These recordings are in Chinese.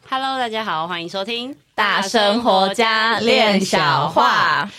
Hello， 大家好，欢迎收听大生活家练小话。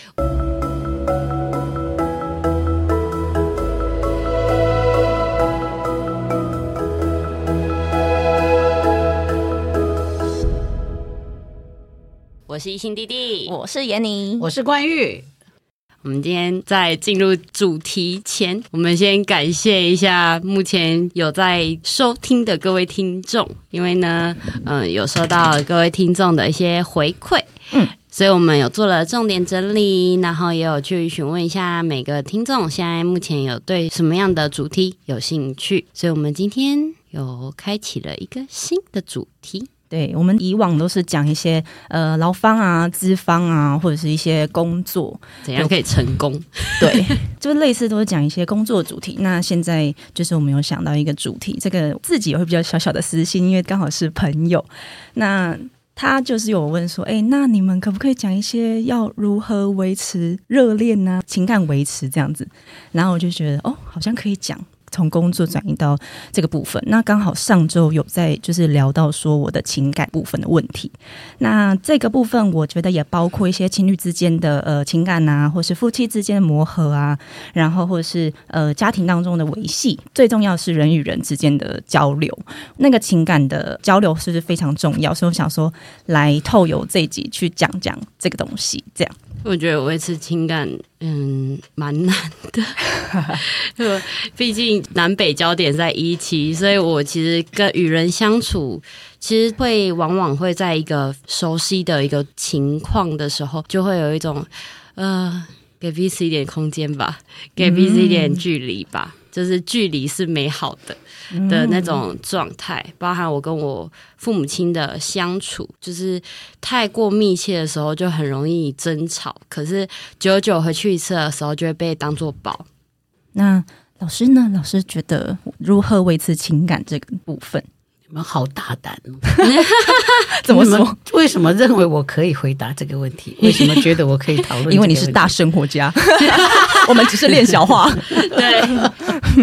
我是一心弟弟， 我是妍妮， 我是冠玉。 我们今天在进入主题前，我们先感谢一下目前有在收听的各位听众，因为呢，有收到各位听众的一些回馈，所以我们有做了重点整理，然后也有去询问一下每个听众现在目前有对什么样的主题有兴趣，所以我们今天有开启了一个新的主题。 对，我们以往都是讲一些劳方啊、资方啊，或者是一些工作怎样可以成功， 对，就类似都是讲一些工作主题。那现在就是我们有想到一个主题，这个自己也会比较小小的私心，因为刚好是朋友，那他就是有问说，那你们可不可以讲一些要如何维持热恋啊、情感维持这样子？然后我就觉得好像可以讲。从工作转移到这个部分，那刚好上周有在就是聊到说我的情感部分的问题，那这个部分我觉得也包括一些情侣之间的情感啊，或是夫妻之间的磨合啊，然后或者是家庭当中的维系，最重要是人与人之间的交流，那个情感的交流是不是非常重要？所以我想说来透由这一集去讲讲这个东西，这样。 我觉得维持情感蛮难的毕竟南北焦点在17，所以我其实跟与人相处其实往往会在一个熟悉的一个情况的时候，就会有一种给彼此一点空间吧，给彼此一点距离吧，就是距离是美好的那种状态，包含我跟我父母亲的相处，就是太过密切的时候就很容易争吵，可是久久回去一次的时候就会被当作宝。 那老师呢？老师觉得如何维持情感这个部分？ 你们好大胆哦！ 怎么说？ 为什么认为我可以回答这个问题？为什么觉得我可以讨论？ 因为你是大生活家，我们只是练小话。 对，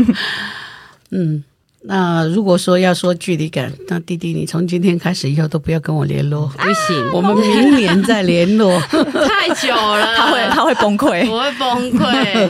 那如果说要说距离感，那弟弟你从今天开始以后都不要跟我联络， 不行， 我们明年再联络。 太久了， 他会崩溃， 我会崩溃。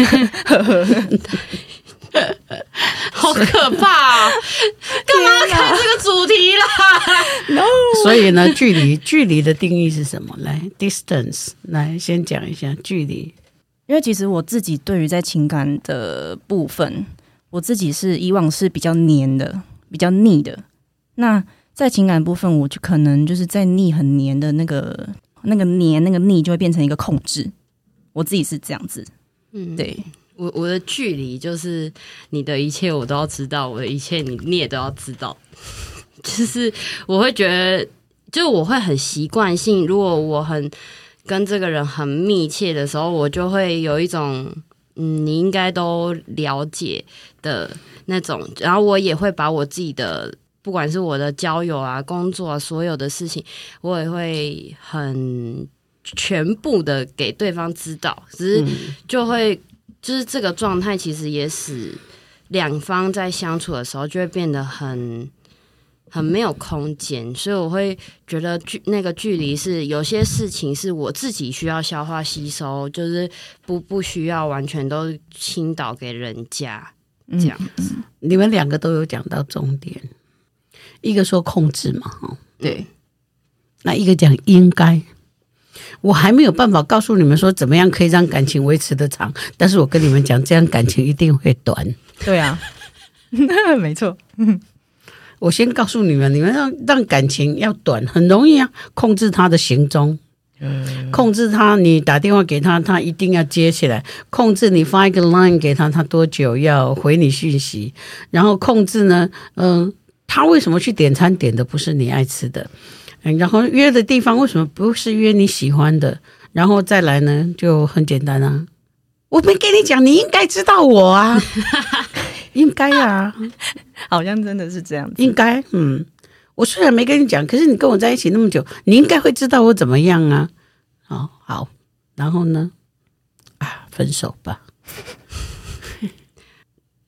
好可怕干嘛要看这个主题啦 ？No， 所以呢，距离的定义是什么？来 ，distance， 来先讲一下距离。 因为其实我自己对于在情感的部分，我自己是以往是比较黏的，比较腻的。那在情感部分，我就可能就是在腻很黏的那个黏那个腻，就会变成一个控制。我自己是这样子，对。 我的距离就是你的一切我都要知道，我的一切你也都要知道。就是我会觉得，就我会很习惯性，如果我很跟这个人很密切的时候，我就会有一种你应该都了解的那种，然后我也会把我自己的不管是我的交友啊、工作啊，所有的事情，我也会很全部的给对方知道，只是就会。就是这个状态其实也使两方在相处的时候就会变得很没有空间，所以我会觉得那个距离是有些事情是我自己需要消化吸收，就是不需要完全都倾倒给人家这样子。 你们两个都有讲到重点，一个说控制嘛，对，那一个讲应该。我还没有办法告诉你们说怎么样可以让感情维持得长，但是我跟你们讲，这样感情一定会短。 对啊，没错。 我先告诉你们，你们让感情要短很容易啊，控制他的行踪，控制他，你打电话给他，他一定要接起来；控制你发一个 line 给他，他多久要回你讯息；然后控制呢，他为什么去点餐点的不是你爱吃的？然后约的地方为什么不是约你喜欢的？然后再来呢，就很简单啊，我没跟你讲，你应该知道我啊，应该啊， 好像真的是这样子， 应该，我虽然没跟你讲，可是你跟我在一起那么久，你应该会知道我怎么样啊。好，然后呢，分手吧。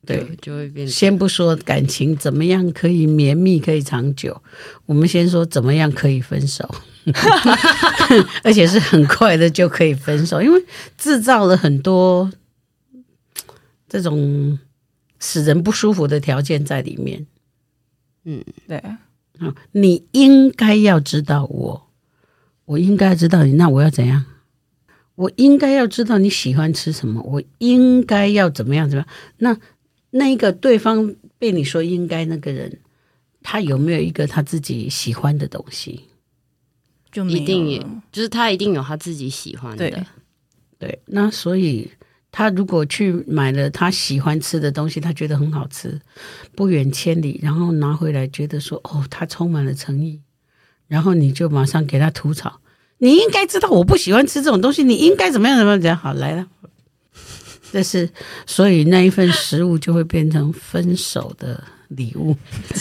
对， 就会变成。 先不说感情怎么样可以绵密可以长久，我们先说怎么样可以分手，而且是很快的就可以分手，因为制造了很多这种使人不舒服的条件在里面。 对， 你应该要知道我应该知道你，那我要怎样？我应该要知道你喜欢吃什么，我应该要怎么样？那一个对方被你说应该那个人，他有没有一个他自己喜欢的东西？ 就没有了一定就是他一定有他自己喜欢的。 对，那所以他如果去买了他喜欢吃的东西，他觉得很好吃，不远千里，然后拿回来觉得说他充满了诚意，然后你就马上给他吐槽，你应该知道我不喜欢吃这种东西，你应该怎么样怎么样，好来了。这是所以那一份食物就会变成分手的礼物，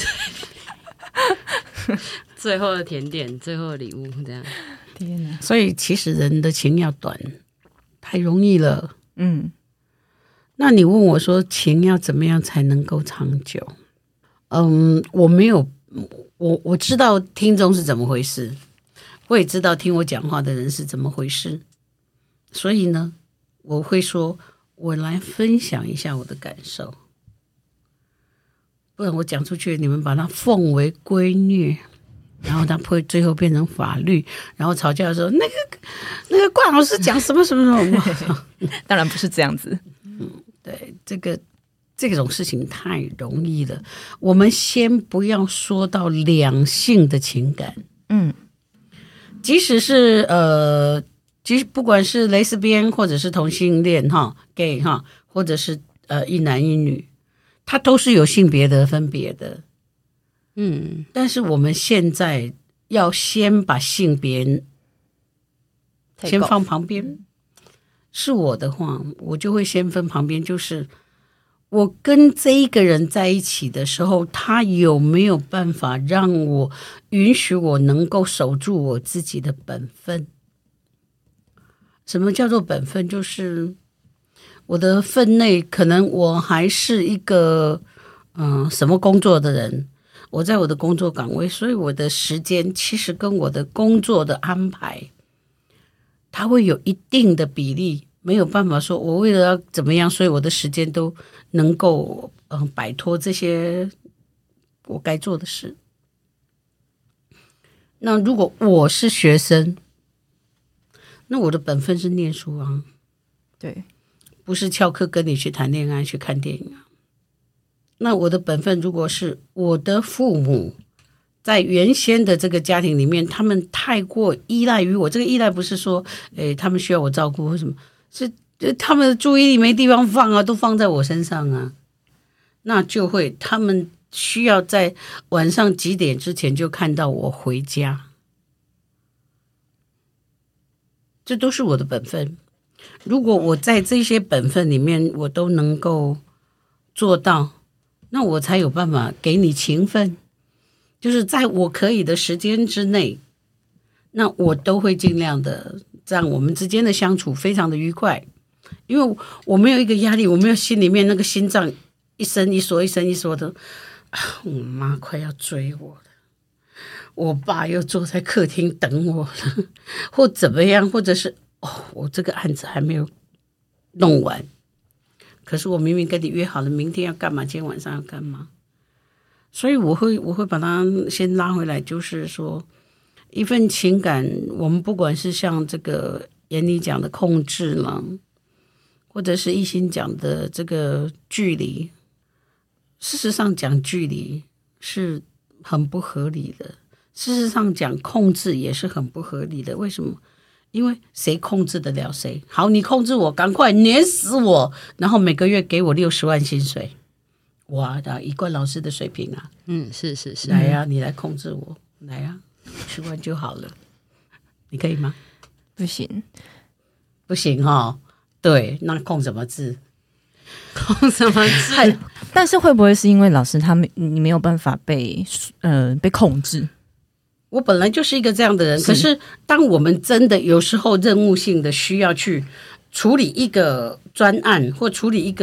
最后的甜点，最后的礼物，这样。 天哪， 所以其实人的情要短，太容易了。那你问我说情要怎么样才能够长久？我没有，我知道听众是怎么回事，我也知道听我讲话的人是怎么回事，所以呢，我会说，我来分享一下我的感受，不然我讲出去，你们把它奉为圭臬。然后他会最后变成法律，然后吵架的时候，那个冠老师讲什么什么什么， 当然不是这样子。 对，这种事情太容易了。我们先不要说到两性的情感，即使是其实不管是蕾丝边或者是同性恋gay 或者是一男一女，它都是有性别的分别的。但是我们现在要先把性别先放旁边。是我的话，我就会先分旁边，就是我跟这一个人在一起的时候，他有没有办法让我允许我能够守住我自己的本分？什么叫做本分？就是我的分内，可能我还是一个什么工作的人。我在我的工作岗位，所以我的时间其实跟我的工作的安排，它会有一定的比例，没有办法说我为了要怎么样，所以我的时间都能够摆脱这些我该做的事。那如果我是学生，那我的本分是念书啊， 对， 不是翘课跟你去谈恋爱去看电影啊。那我的本分如果是我的父母在原先的这个家庭里面，他们太过依赖于我，这个依赖不是说他们需要我照顾或什么，是他们的注意力没地方放啊，都放在我身上啊，那就会他们需要在晚上几点之前就看到我回家，这都是我的本分。如果我在这些本分里面我都能够做到，那我才有办法给你情分，就是在我可以的时间之内，那我都会尽量的让我们之间的相处非常的愉快，因为我没有一个压力，我没有心里面那个心脏一声一缩一声一缩的，我妈快要追我了，我爸又坐在客厅等我了，或怎么样，或者是我这个案子还没有弄完，可是我明明跟你约好了明天要干嘛，今天晚上要干嘛，所以我会把它先拉回来，就是说一份情感，我们不管是像这个眼里讲的控制了，或者是一心讲的这个距离，事实上讲距离是很不合理的，事实上讲控制也是很不合理的。为什么？因为谁控制得了谁？好，你控制我，赶快碾死我，然后每个月给我60万薪水，哇，一贯老师的水平啊！ 是， 来呀，你来控制我，来呀，10万就好了，你可以吗？ 不行， 不行哈。对，那控什么制？ 控什么制？ 但是会不会是因为老师你没有办法被控制？ 我本来就是一个这样的人，可是当我们真的有时候任务性的需要去处理一个专案或处理一个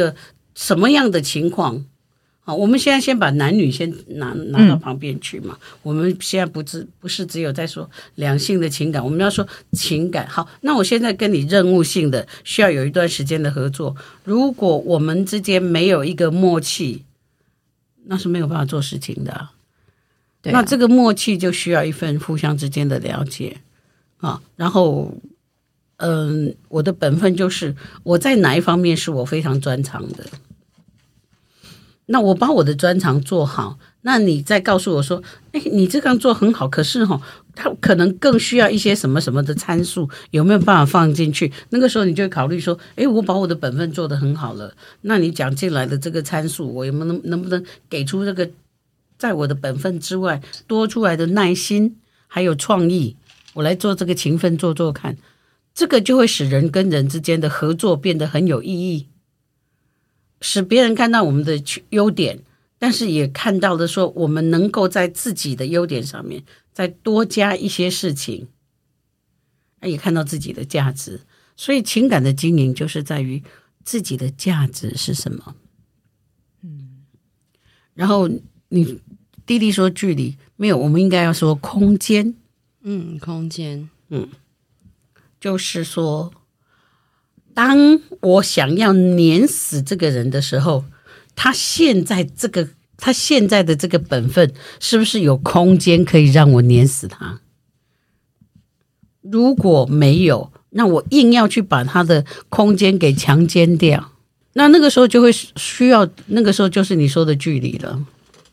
什么样的情况？好，我们现在先把男女先拿到旁边去嘛。我们现在不是只有在说两性的情感，我们要说情感。好，那我现在跟你任务性的需要有一段时间的合作，如果我们之间没有一个默契，那是没有办法做事情的对那这个默契就需要一份互相之间的了解然后我的本分就是我在哪一方面是我非常专长的，那我把我的专长做好，那你再告诉我说你这样做很好，可是它可能更需要一些什么什么的参数，有没有办法放进去？那个时候你就会考虑说我把我的本分做得很好了，那你讲进来的这个参数，我能不能给出这个在我的本分之外多出来的耐心还有创意，我来做这个勤奋做看，这个就会使人跟人之间的合作变得很有意义，使别人看到我们的优点，但是也看到的说我们能够在自己的优点上面再多加一些事情，也看到自己的价值。所以情感的经营就是在于自己的价值是什么。然后你弟弟说距离，没有，我们应该要说空间。 空间。 就是说当我想要碾死这个人的时候，他现在的这个本分是不是有空间可以让我碾死他？如果没有，那我硬要去把他的空间给强奸掉，那个时候就会需要，那个时候就是你说的距离了。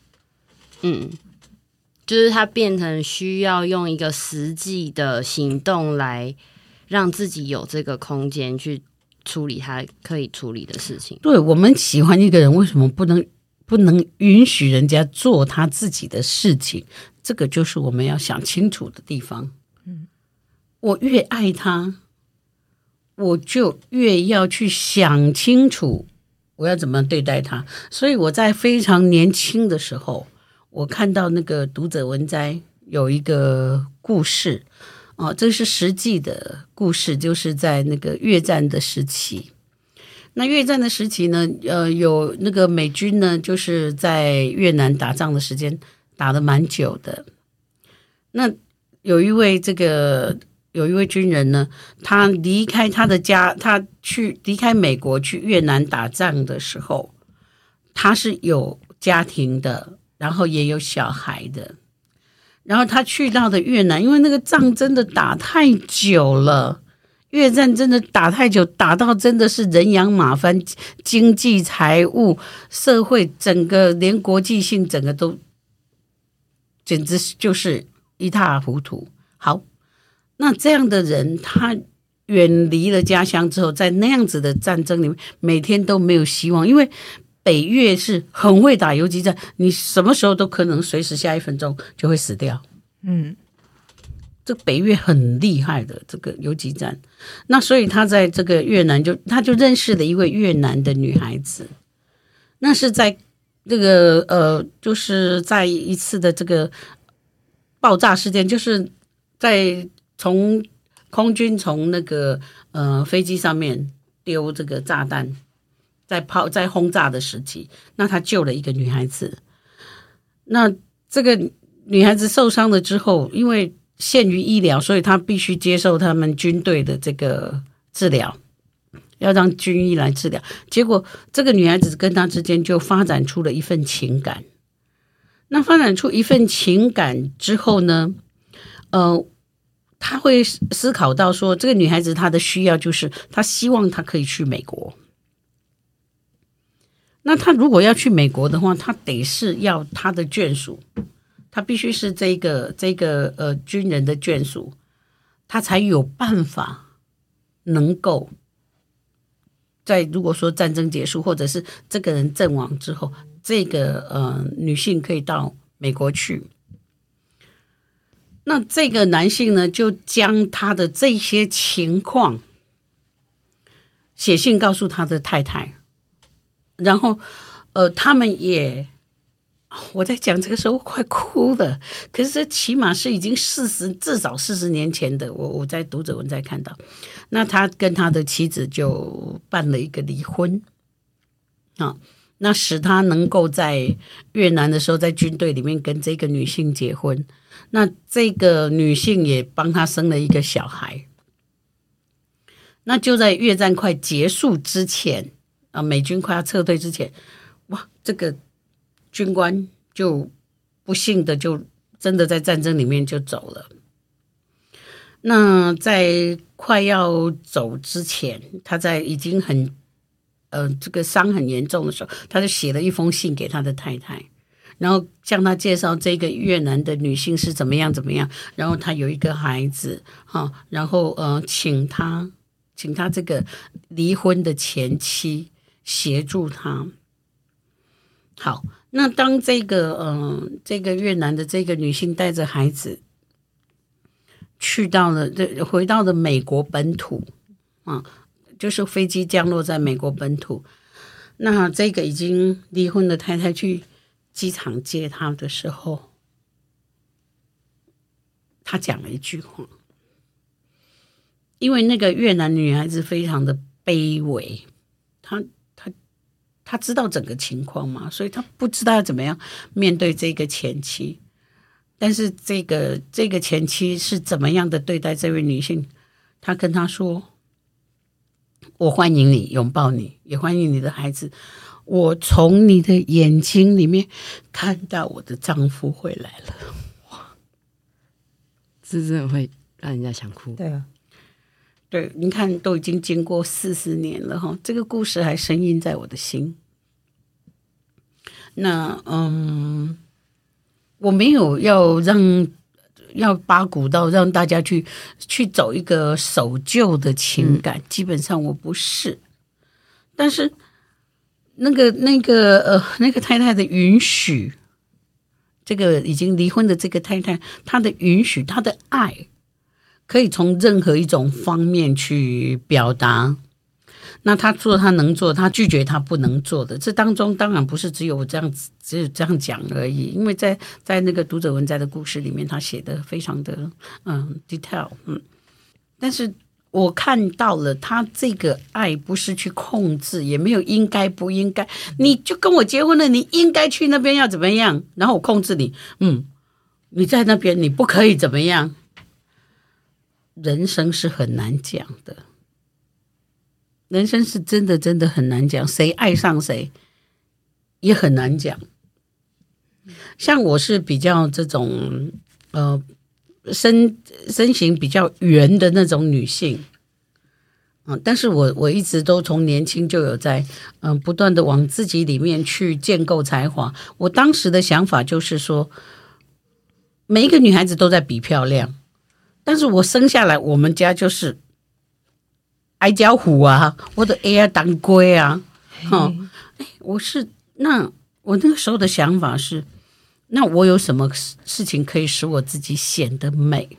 就是它变成需要用一个实际的行动来让自己有这个空间去处理他可以处理的事情。 对，我们喜欢一个人，为什么不能允许人家做他自己的事情？这个就是我们要想清楚的地方。我越爱他，我就越要去想清楚我要怎么对待他。所以我在非常年轻的时候，我看到那个读者文摘有一个故事这是实际的故事，就是在那个越战的时期。那越战的时期呢，有那个美军呢，就是在越南打仗的时间打得蛮久的。那有一位军人呢，他离开他的家，他离开美国去越南打仗的时候，他是有家庭的，然后也有小孩的。然后他去到的越南，因为那个仗真的打太久了，越战真的打太久，打到真的是人仰马翻，经济、财务、社会，整个连国际性整个都简直就是一塌糊涂。好，那这样的人，他远离了家乡之后，在那样子的战争里面，每天都没有希望，因为北越是很会打游击战，你什么时候都可能随时下1分钟就会死掉。这北越很厉害的这个游击战。那所以他在这个越南他就认识了一位越南的女孩子。那是在这个就是在一次的这个爆炸事件，就是在空军从那个飞机上面丢这个炸弹，在轰炸的时期，那他救了一个女孩子。那这个女孩子受伤了之后，因为限于医疗，所以她必须接受他们军队的这个治疗，要让军医来治疗。结果这个女孩子跟他之间就发展出了一份情感。那发展出一份情感之后呢，他会思考到说，这个女孩子她的需要就是她希望她可以去美国。那他如果要去美国的话，他得是要他的眷属，他必须是这个军人的眷属，他才有办法能够在如果说战争结束，或者是这个人阵亡之后，这个女性可以到美国去。那这个男性呢，就将他的这些情况写信告诉他的太太。然后他们也，我在讲这个时候快哭了，可是这起码是已经至少40年前的，我在读者文摘看到。那他跟他的妻子就办了一个离婚。 那使他能够在越南的时候在军队里面跟这个女性结婚，那这个女性也帮他生了一个小孩。那就在越战快结束之前美军快要撤退之前，哇，这个军官就不幸的就真的在战争里面就走了。那在快要走之前，他在已经很这个伤很严重的时候，他就写了一封信给他的太太，然后向他介绍这个越南的女性是怎么样怎么样，然后他有一个孩子然后请他这个离婚的前妻协助他。好，那当这个越南的这个女性带着孩子回到了美国本土就是飞机降落在美国本土，那这个已经离婚的太太去机场接他的时候，他讲了一句话，因为那个越南女孩子非常的卑微，她知道整个情况嘛，所以她不知道要怎么样面对这个前妻，但是这个前妻是怎么样的对待这位女性，她跟她说，我欢迎你，拥抱你，也欢迎你的孩子，我从你的眼睛里面看到我的丈夫回来了。哇， 这真的会让人家想哭。 对啊， 对，你看都已经经过40年了这个故事还深印在我的心。那我没有要八股到让大家去走一个守旧的情感，基本上我不是。但是那个太太的允许，这个已经离婚的这个太太，她的允许，她的爱，可以从任何一种方面去表达。那他做他能做，他拒绝他不能做的，这当中当然不是只有这样讲而已，因为在那个读者文摘的故事里面，他写的非常的detail。但是我看到了他这个爱不是去控制，也没有应该不应该，你就跟我结婚了，你应该去那边要怎么样，然后我控制你，你在那边你不可以怎么样。人生是很难讲的，人生是真的很难讲，谁爱上谁也很难讲。像我是比较这种身形比较圆的那种女性，但是我一直都从年轻就有在不断的往自己里面去建构才华。我当时的想法就是说，每一个女孩子都在比漂亮，但是我生下来我们家就是矮脚虎啊，我的 A 当龟啊，我那个时候的想法是，那我有什么事情可以使我自己显得美？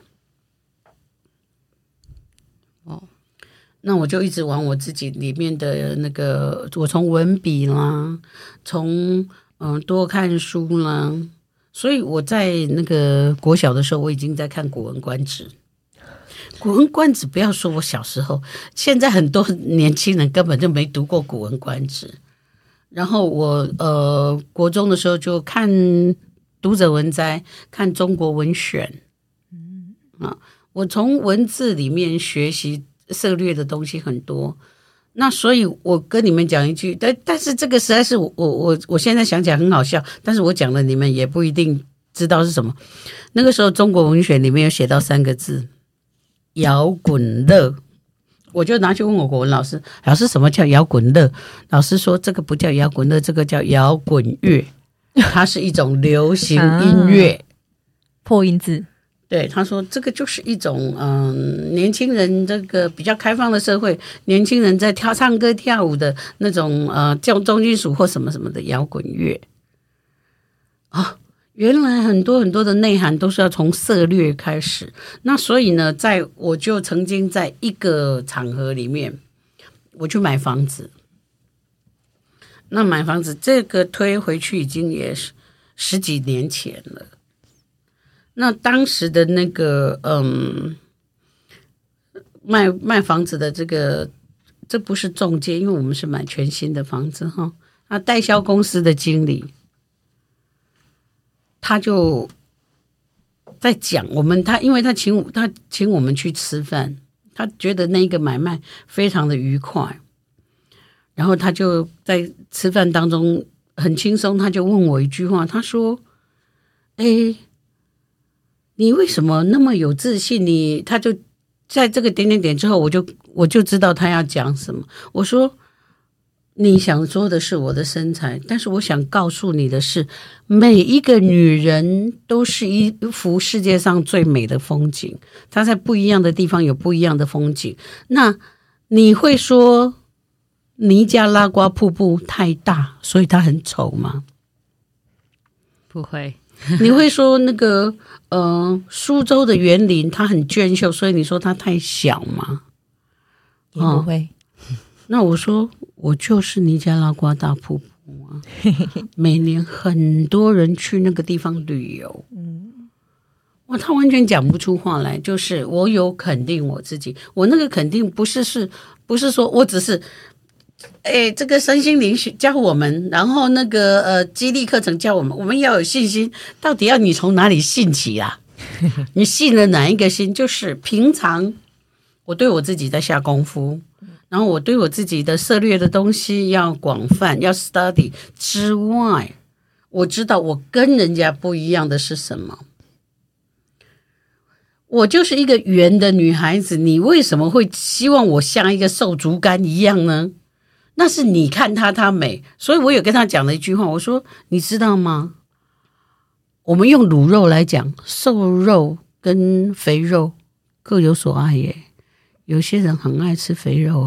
那我就一直往我自己里面的那个，我从文笔啦，从多看书啦，所以我在那个国小的时候，我已经在看《古文观止》。《古文观止》不要说我小时候，现在很多年轻人根本就没读过《古文观止》。然后我国中的时候就看读者文摘，看中国文选，我从文字里面学习涉略的东西很多。那所以我跟你们讲一句，但是这个实在是我现在想起来很好笑，但是我讲了你们也不一定知道是什么。那个时候中国文选里面有写到3个字，摇滚乐。我就拿去问我国文老师，老师什么叫摇滚乐？老师说这个不叫摇滚乐，这个叫摇滚乐，它是一种流行音乐。 破音字。 对，他说这个就是一种年轻人这个比较开放的社会，年轻人在唱歌跳舞的那种重金属或什么什么的摇滚乐原来很多很多的内涵都是要从涉略开始。那所以呢，我就曾经在一个场合里面，我去买房子。那买房子这个推回去已经也是10几年前了。那当时的那个卖房子的这不是中介，因为我们是买全新的房子哈。 那代销公司的经理，他就在讲因为他请我们去吃饭，他觉得那个买卖非常的愉快，然后他就在吃饭当中很轻松，他就问我一句话，他说：“你为什么那么有自信？”他就在这个点点点之后，我就知道他要讲什么。我说：“你想说的是我的身材，但是我想告诉你的是，每一个女人都是一幅世界上最美的风景，她在不一样的地方有不一样的风景。那你会说尼加拉瓜瀑布太大，所以它很丑吗？ 不会。 你会说那个苏州的园林它很娟秀，所以你说它太小吗？ 也不会。 那我说我就是尼加拉瓜大瀑布啊，每年很多人去那个地方旅游。哇，他完全讲不出话来，就是我有肯定我自己，我那个肯定不是说我只是这个身心灵教我们，然后那个激励课程教我们要有信心，到底要你从哪里信起啊？你信了哪一个心？就是平常我对我自己在下功夫，然后我对我自己的涉猎的东西要广泛，要 study 之外，我知道我跟人家不一样的是什么。我就是一个圆的女孩子，你为什么会希望我像一个瘦竹竿一样呢？那是你看她美，所以我有跟她讲了一句话，我说你知道吗？我们用卤肉来讲，瘦肉跟肥肉各有所爱耶。有些人很爱吃肥肉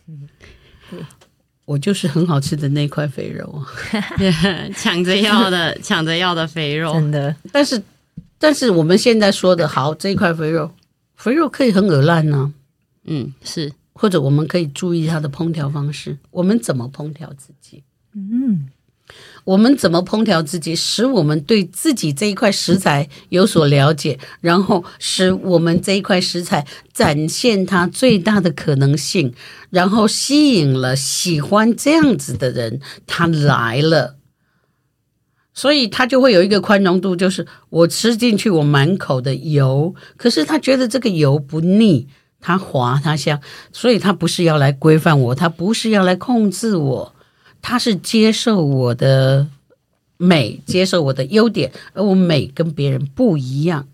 我就是很好吃的那块肥肉抢着要的肥肉， 真的。 但是我们现在说的好，这一块肥肉可以很恶烂呢。 是， 或者我们可以注意它的烹调方式，我们怎么烹调自己？我们怎么烹调自己，使我们对自己这一块食材有所了解，然后使我们这一块食材展现它最大的可能性，然后吸引了喜欢这样子的人，他来了。所以他就会有一个宽容度，就是我吃进去我满口的油，可是他觉得这个油不腻，他滑他香，所以他不是要来规范我，他不是要来控制我，他是接受我的美，接受我的优点，而我美跟别人不一样。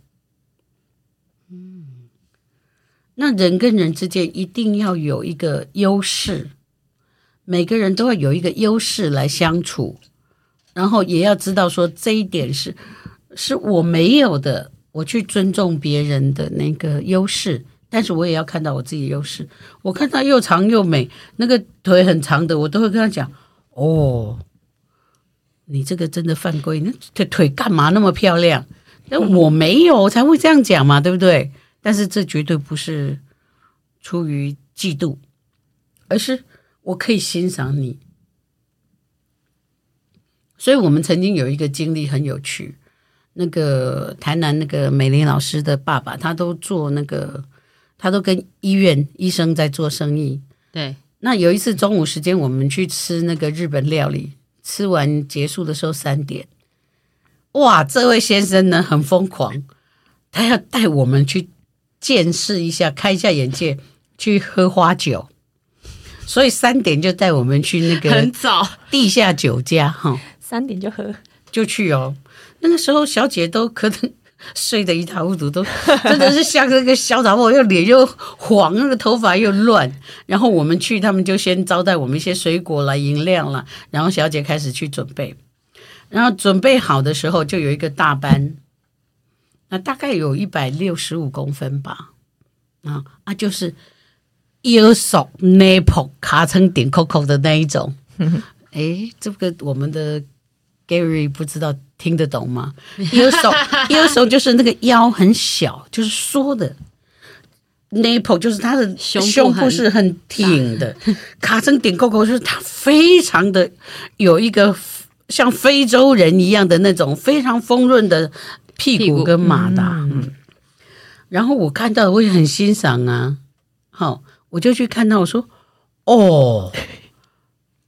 那人跟人之间一定要有一个优势，每个人都要有一个优势来相处，然后也要知道说这一点是我没有的，我去尊重别人的那个优势，但是我也要看到我自己的优势。我看他又长又美，那个腿很长的，我都会跟他讲，你这个真的犯规，你这腿干嘛那么漂亮？那我没有才会这样讲嘛，对不对？但是这绝对不是出于嫉妒，而是我可以欣赏你。所以我们曾经有一个经历很有趣，那个台南那个美玲老师的爸爸，他都跟医院医生在做生意。 对， 那有一次中午时间，我们去吃那个日本料理，吃完结束的时候3点，哇，这位先生呢很疯狂，他要带我们去见识一下，开一下眼界，去喝花酒。所以3点就带我们去那个很早地下酒家 3点就喝， 就去那个时候小姐都可能睡得一塌糊涂，都真的是像那个小杂货，又脸又黄，那个头发又乱。然后我们去，他们就先招待我们一些水果啦、饮料啦，然后小姐开始去准备。然后准备好的时候，就有一个大班，那大概有165公分吧，就是腰手内脯卡成点扣扣的那一种。这个我们的 Gary 不知道听得懂吗？腰手就是那个腰很小，就是缩的。nipple 就是他的胸部是很挺的，卡成点扣扣就是他非常的有一个像非洲人一样的那种非常丰润的屁股跟马达。然后我看到我也很欣赏啊，我就去看到我说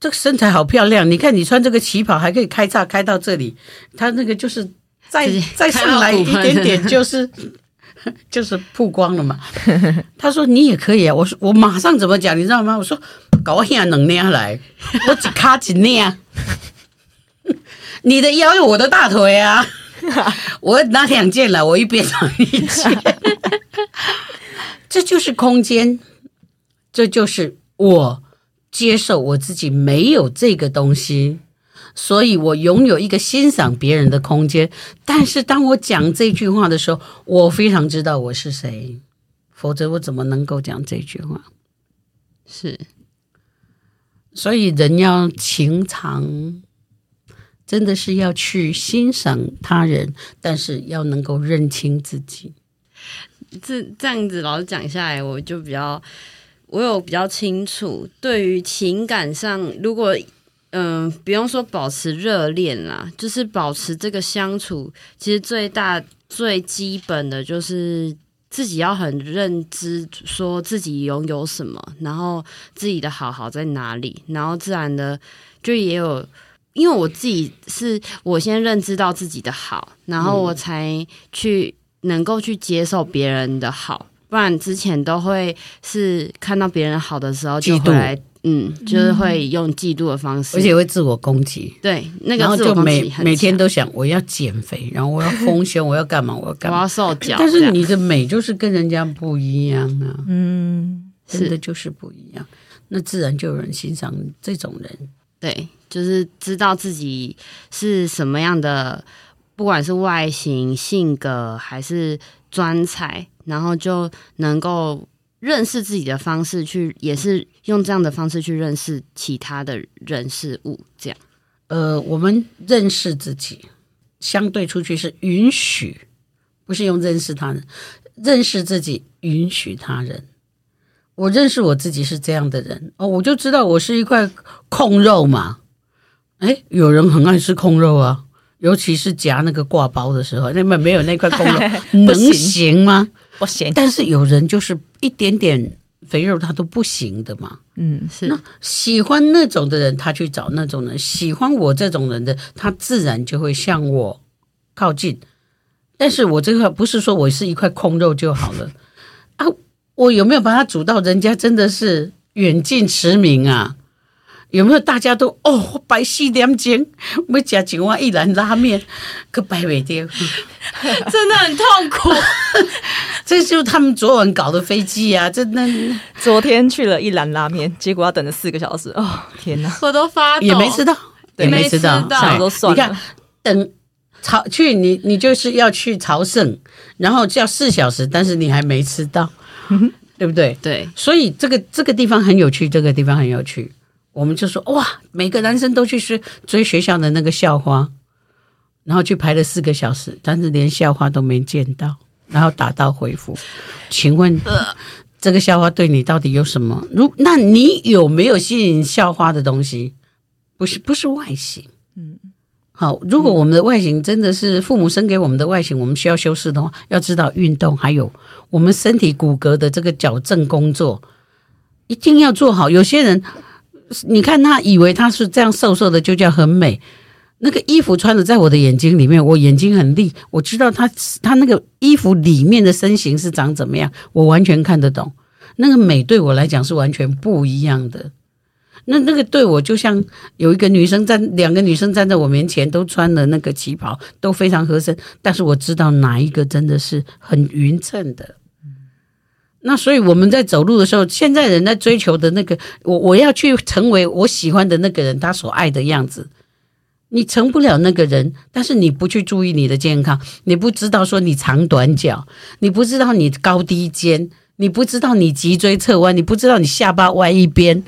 这个身材好漂亮，你看你穿这个旗袍还可以开叉开到这里，他那个就是再上来一点点就是曝光了嘛。他说你也可以啊，我说我马上怎么讲你知道吗？我说搞我现在能捏来，我几卡几捏，你的腰有我的大腿啊，我拿2件来，我一边拿1件，这就是空间，这就是我接受我自己没有这个东西，所以我拥有一个欣赏别人的空间。但是当我讲这句话的时候，我非常知道我是谁，否则我怎么能够讲这句话？ 是， 所以人要情长，真的是要去欣赏他人，但是要能够认清自己。 这样子老师讲下来，我有比较清楚，对于情感上，如果不用说保持热恋啦，就是保持这个相处，其实最基本的就是自己要很认知，说自己拥有什么，然后自己的好在哪里，然后自然的就也有，因为我自己是我先认知到自己的好，然后我才能够去接受别人的好。不然之前都会是看到别人好的时候就回来，就是会用嫉妒的方式， 而且会自我攻击。 对，那然后就个自我攻击很强， 每天都想我要减肥，然后我要丰胸，我要干嘛？我要干嘛？ 我要瘦脚。 但是你的美就是跟人家不一样啊，真的就是不一样。那自然就有人欣赏这种人。 对，就是知道自己是什么样的，不管是外形、性格还是专才。然后就能够认识自己的方式也是用这样的方式去认识其他的人事物，这样。 我们认识自己，相对出去是允许，不是用认识他人，认识自己，允许他人。我认识我自己是这样的人，我就知道我是一块控肉嘛。有人很爱吃控肉啊，尤其是夹那个挂包的时候，那么没有那块控肉能行吗？ 不行。 但是有人就是一点点肥肉他都不行的嘛。 是。 那喜欢那种的人，他去找那种人；喜欢我这种人的，他自然就会向我靠近。但是我这个不是说我是一块空肉就好了啊！我有没有把它煮到人家真的是远近驰名啊？有没有大家都摆4点钟要吃一碗一兰拉面，可摆不掉， 真的很痛苦。 这就是他们昨晚搞的飞机啊！真的， 昨天去了一兰拉面，结果要等了4个小时。天哪， 我都发抖， 也没吃到， 也没吃到， 想都算了。 你看，等去你就是要去朝圣，然后叫4小时，但是你还没吃到，对不对？ 对， 所以这个地方很有趣，这个地方很有趣。我们就说哇，每个男生都去追学校的那个校花，然后去排了4个小时，但是连校花都没见到，然后打道回府。请问这个校花对你到底有什么？那你有没有吸引校花的东西？不是外形。好，如果我们的外形真的是父母生给我们的外形，我们需要修饰的话，要知道运动，还有我们身体骨骼的这个矫正工作一定要做好。有些人你看他以为他是这样瘦瘦的就叫很美，那个衣服穿的在我的眼睛里面，我眼睛很利，我知道他那个衣服里面的身形是长怎么样，我完全看得懂。那个美对我来讲是完全不一样的。那个对我就像有2个女生站在我面前，都穿了那个旗袍，都非常合身，但是我知道哪一个真的是很匀称的。那所以我们在走路的时候，现在人在追求的那个，我要去成为我喜欢的那个人他所爱的样子，你成不了那个人，但是你不去注意你的健康，你不知道说你长短脚，你不知道你高低肩，你不知道你脊椎侧弯，你不知道你下巴歪一边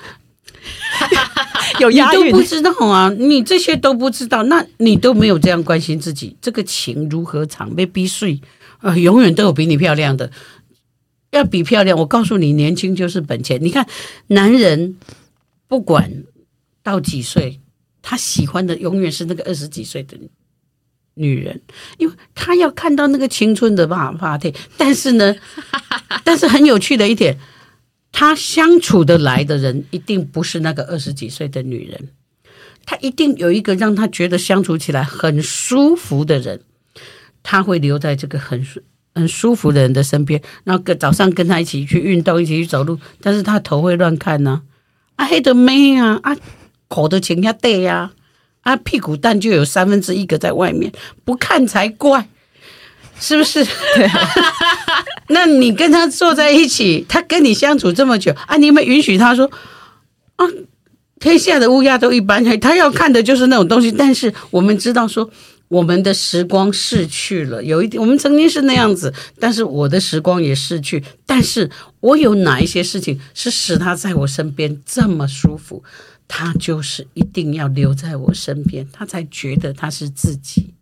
有押韵， 你都不知道啊！你这些都不知道，那你都没有这样关心自己，这个情如何长？被逼碎永远都有比你漂亮的。要比漂亮，我告诉你，年轻就是本钱。你看，男人不管到几岁，他喜欢的永远是那个20几岁的女人，因为他要看到那个青春的发态。但是很有趣的一点， 他相处得来的人一定不是那个20几岁的女人，他一定有一个让他觉得相处起来很舒服的人，他会留在这个很舒服的人的身边，然后早上跟他一起去运动，一起去走路，但是他头会乱看啊，黑的妹啊，口的前下对呀，屁股蛋就有1/3个在外面，不看才怪，是不是？对。那你跟他坐在一起，他跟你相处这么久你们允许他说天下的乌鸦都一般，他要看的就是那种东西。但是我们知道说，我们的时光逝去了，有一点我们曾经是那样子，但是我的时光也逝去。但是我有哪一些事情是使他在我身边这么舒服，他就是一定要留在我身边，他才觉得他是自己。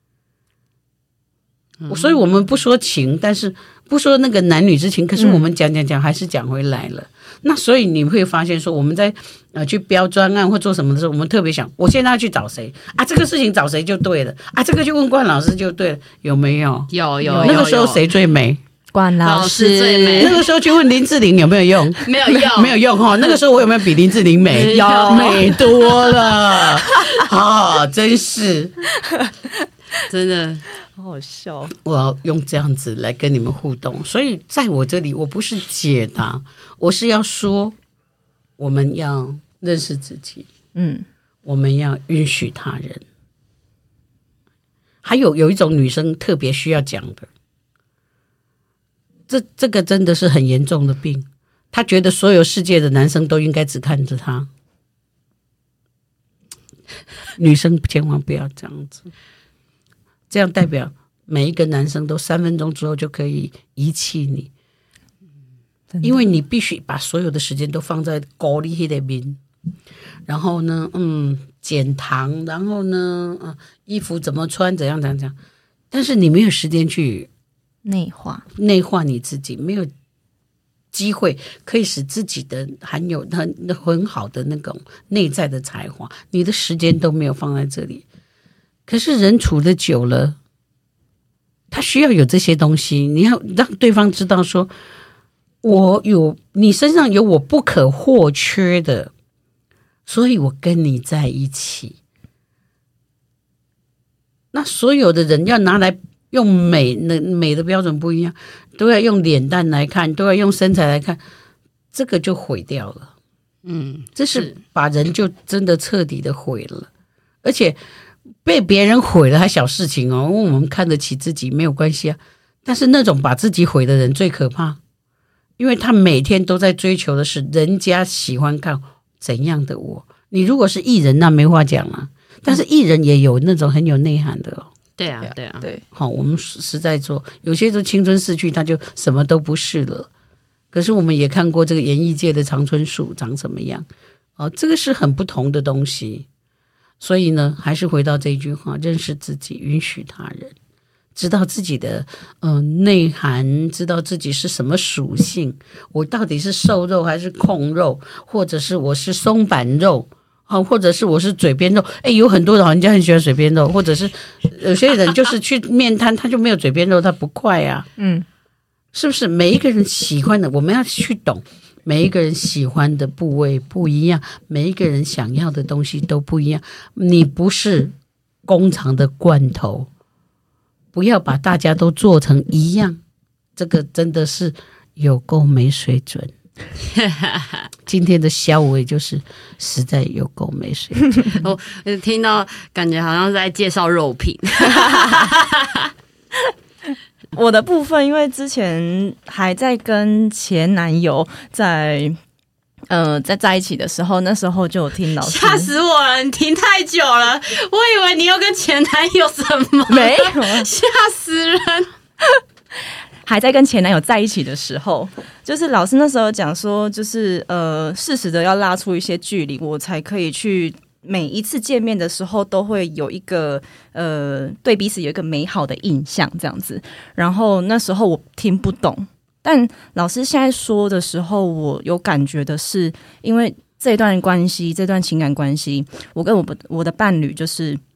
所以我们不说情，但是不说那个男女之情，可是我们讲还是讲回来了。那所以你会发现说，我们在去标专案或做什么的时候，我们特别想我现在要去找谁这个事情找谁就对了这个就问冠老师就对了，有没有？ 有那个时候谁最美？ 冠老师最美。 那个时候去问林志玲有没有用？ 没有用， 没有用那个时候我有没有比林志玲美？ 有， 美多了真是真的好好笑。 我要用这样子来跟你们互动，所以在我这里我不是解答，我是要说我们要认识自己，我们要允许他人。还有一种女生特别需要讲的，这个真的是很严重的病，她觉得所有世界的男生都应该只看着她，女生千万不要这样子，这样代表每一个男生都3分钟之后就可以遗弃你，因为你必须把所有的时间都放在高丽那边，然后呢减糖，然后呢衣服怎么穿怎样，但是你没有时间去内化你自己，没有机会可以使自己的含有很好的那种内在的才华，你的时间都没有放在这里。可是人处得久了，他需要有这些东西，你要让对方知道说，你身上有我不可或缺的，所以我跟你在一起。那所有的人要拿来用美的标准不一样，都要用脸蛋来看，都要用身材来看，这个就毁掉了。这是把人就真的彻底的毁了，而且被别人毁了还小事情因为我们看得起自己没有关系但是那种把自己毁的人最可怕，因为他每天都在追求的是人家喜欢看怎样的我。你如果是艺人那没话讲了，但是艺人也有那种很有内涵的对， 好，我们实在做，有些都青春逝去，他就什么都不是了。可是我们也看过这个演艺界的长春树长什么样这个是很不同的东西。所以呢，还是回到这一句话，认识自己，允许他人，知道自己的内涵，知道自己是什么属性，我到底是瘦肉还是控肉，或者是我是松板肉或者是我是嘴边肉。有很多老人家很喜欢嘴边肉，或者是有些人就是去面摊他就没有嘴边肉，他不快是不是？每一个人喜欢的，我们要去懂每一个人喜欢的部位不一样，每一个人想要的东西都不一样。你不是工厂的罐头，不要把大家都做成一样，这个真的是有够没水准。今天的消委就是实在有够没水准。 我听到感觉好像是在介绍肉品。 我的部分，因为之前还在跟前男友在一起的时候，那时候就有听老师， 吓死我了！你停太久了，我以为你又跟前男友什么？ 没有， 吓死人！ 还在跟前男友在一起的时候，就是老师那时候讲说，就是适时的要拉出一些距离，我才可以去每一次见面的时候都会有一个对彼此有一个美好的印象这样子。然后那时候我听不懂，但老师现在说的时候，我有感觉的是，因为这段关系，这段情感关系，我跟我的伴侣就是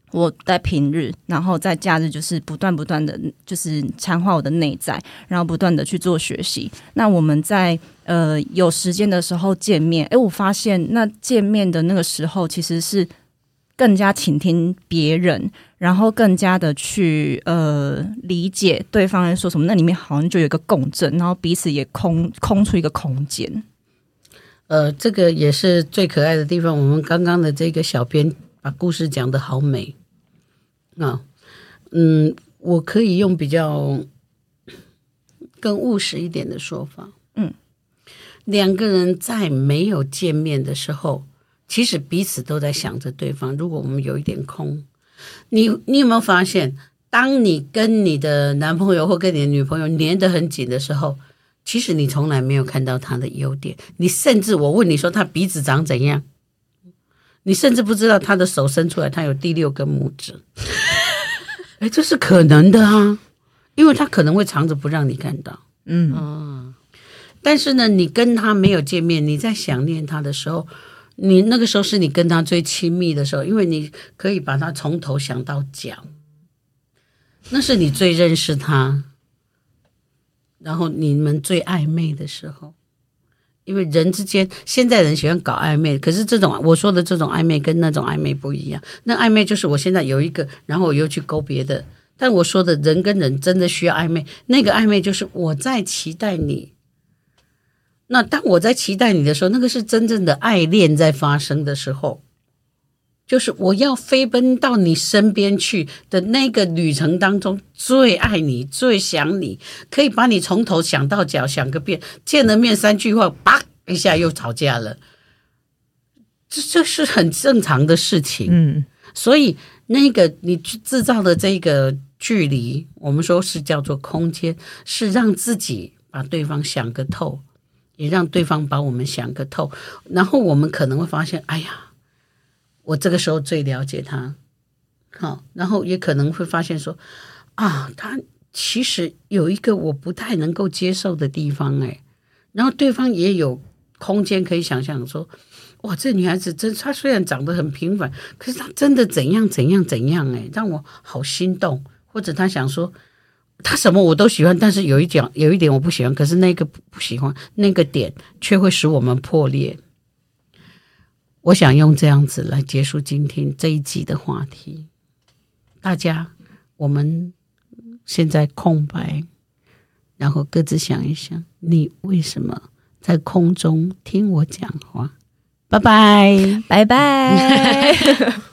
我在平日，然后在假日就是不断的，就是强化我的内在，然后不断的去做学习。那我们在有时间的时候见面，我发现那见面的那个时候，其实是更加倾听别人，然后更加的去理解对方在说什么。那里面好像就有一个共振，然后彼此也空出一个空间。 这个也是最可爱的地方。我们刚刚的这个小编把故事讲得好美啊，我可以用比较更务实一点的说法，两个人在没有见面的时候，其实彼此都在想着对方。如果我们有一点空，你有没有发现，当你跟你的男朋友或跟你的女朋友黏得很紧的时候，其实你从来没有看到他的优点，你甚至我问你说他鼻子长怎样，你甚至不知道他的手伸出来他有第6根拇指。这是可能的啊，因为他可能会藏着不让你看到。但是呢，你跟他没有见面，你在想念他的时候，你那个时候是你跟他最亲密的时候，因为你可以把他从头想到脚，那是你最认识他，然后你们最暧昧的时候。因为人之间，现在人喜欢搞暧昧，可是这种我说的这种暧昧跟那种暧昧不一样。那暧昧就是我现在有一个，然后我又去勾别的。但我说的人跟人真的需要暧昧，那个暧昧就是我在期待你。那当我在期待你的时候，那个是真正的爱恋在发生的时候，就是我要飞奔到你身边去的那个旅程当中，最爱你，最想你，可以把你从头想到脚，想个遍，见了面3句话，啪一下又吵架了，这是很正常的事情。所以那个你制造的这个距离，我们说是叫做空间，是让自己把对方想个透，也让对方把我们想个透，然后我们可能会发现，哎呀，我这个时候最了解他，好，然后也可能会发现说，啊，他其实有一个我不太能够接受的地方，然后对方也有空间可以想象说，哇，这女孩子她虽然长得很平凡，可是她真的怎样，让我好心动，或者她想说，她什么我都喜欢，但是有一点我不喜欢，可是那个不喜欢那个点却会使我们破裂。我想用这样子来结束今天这一集的话题。大家，我们现在空白，然后各自想一想，你为什么在空中听我讲话？拜拜， 拜拜。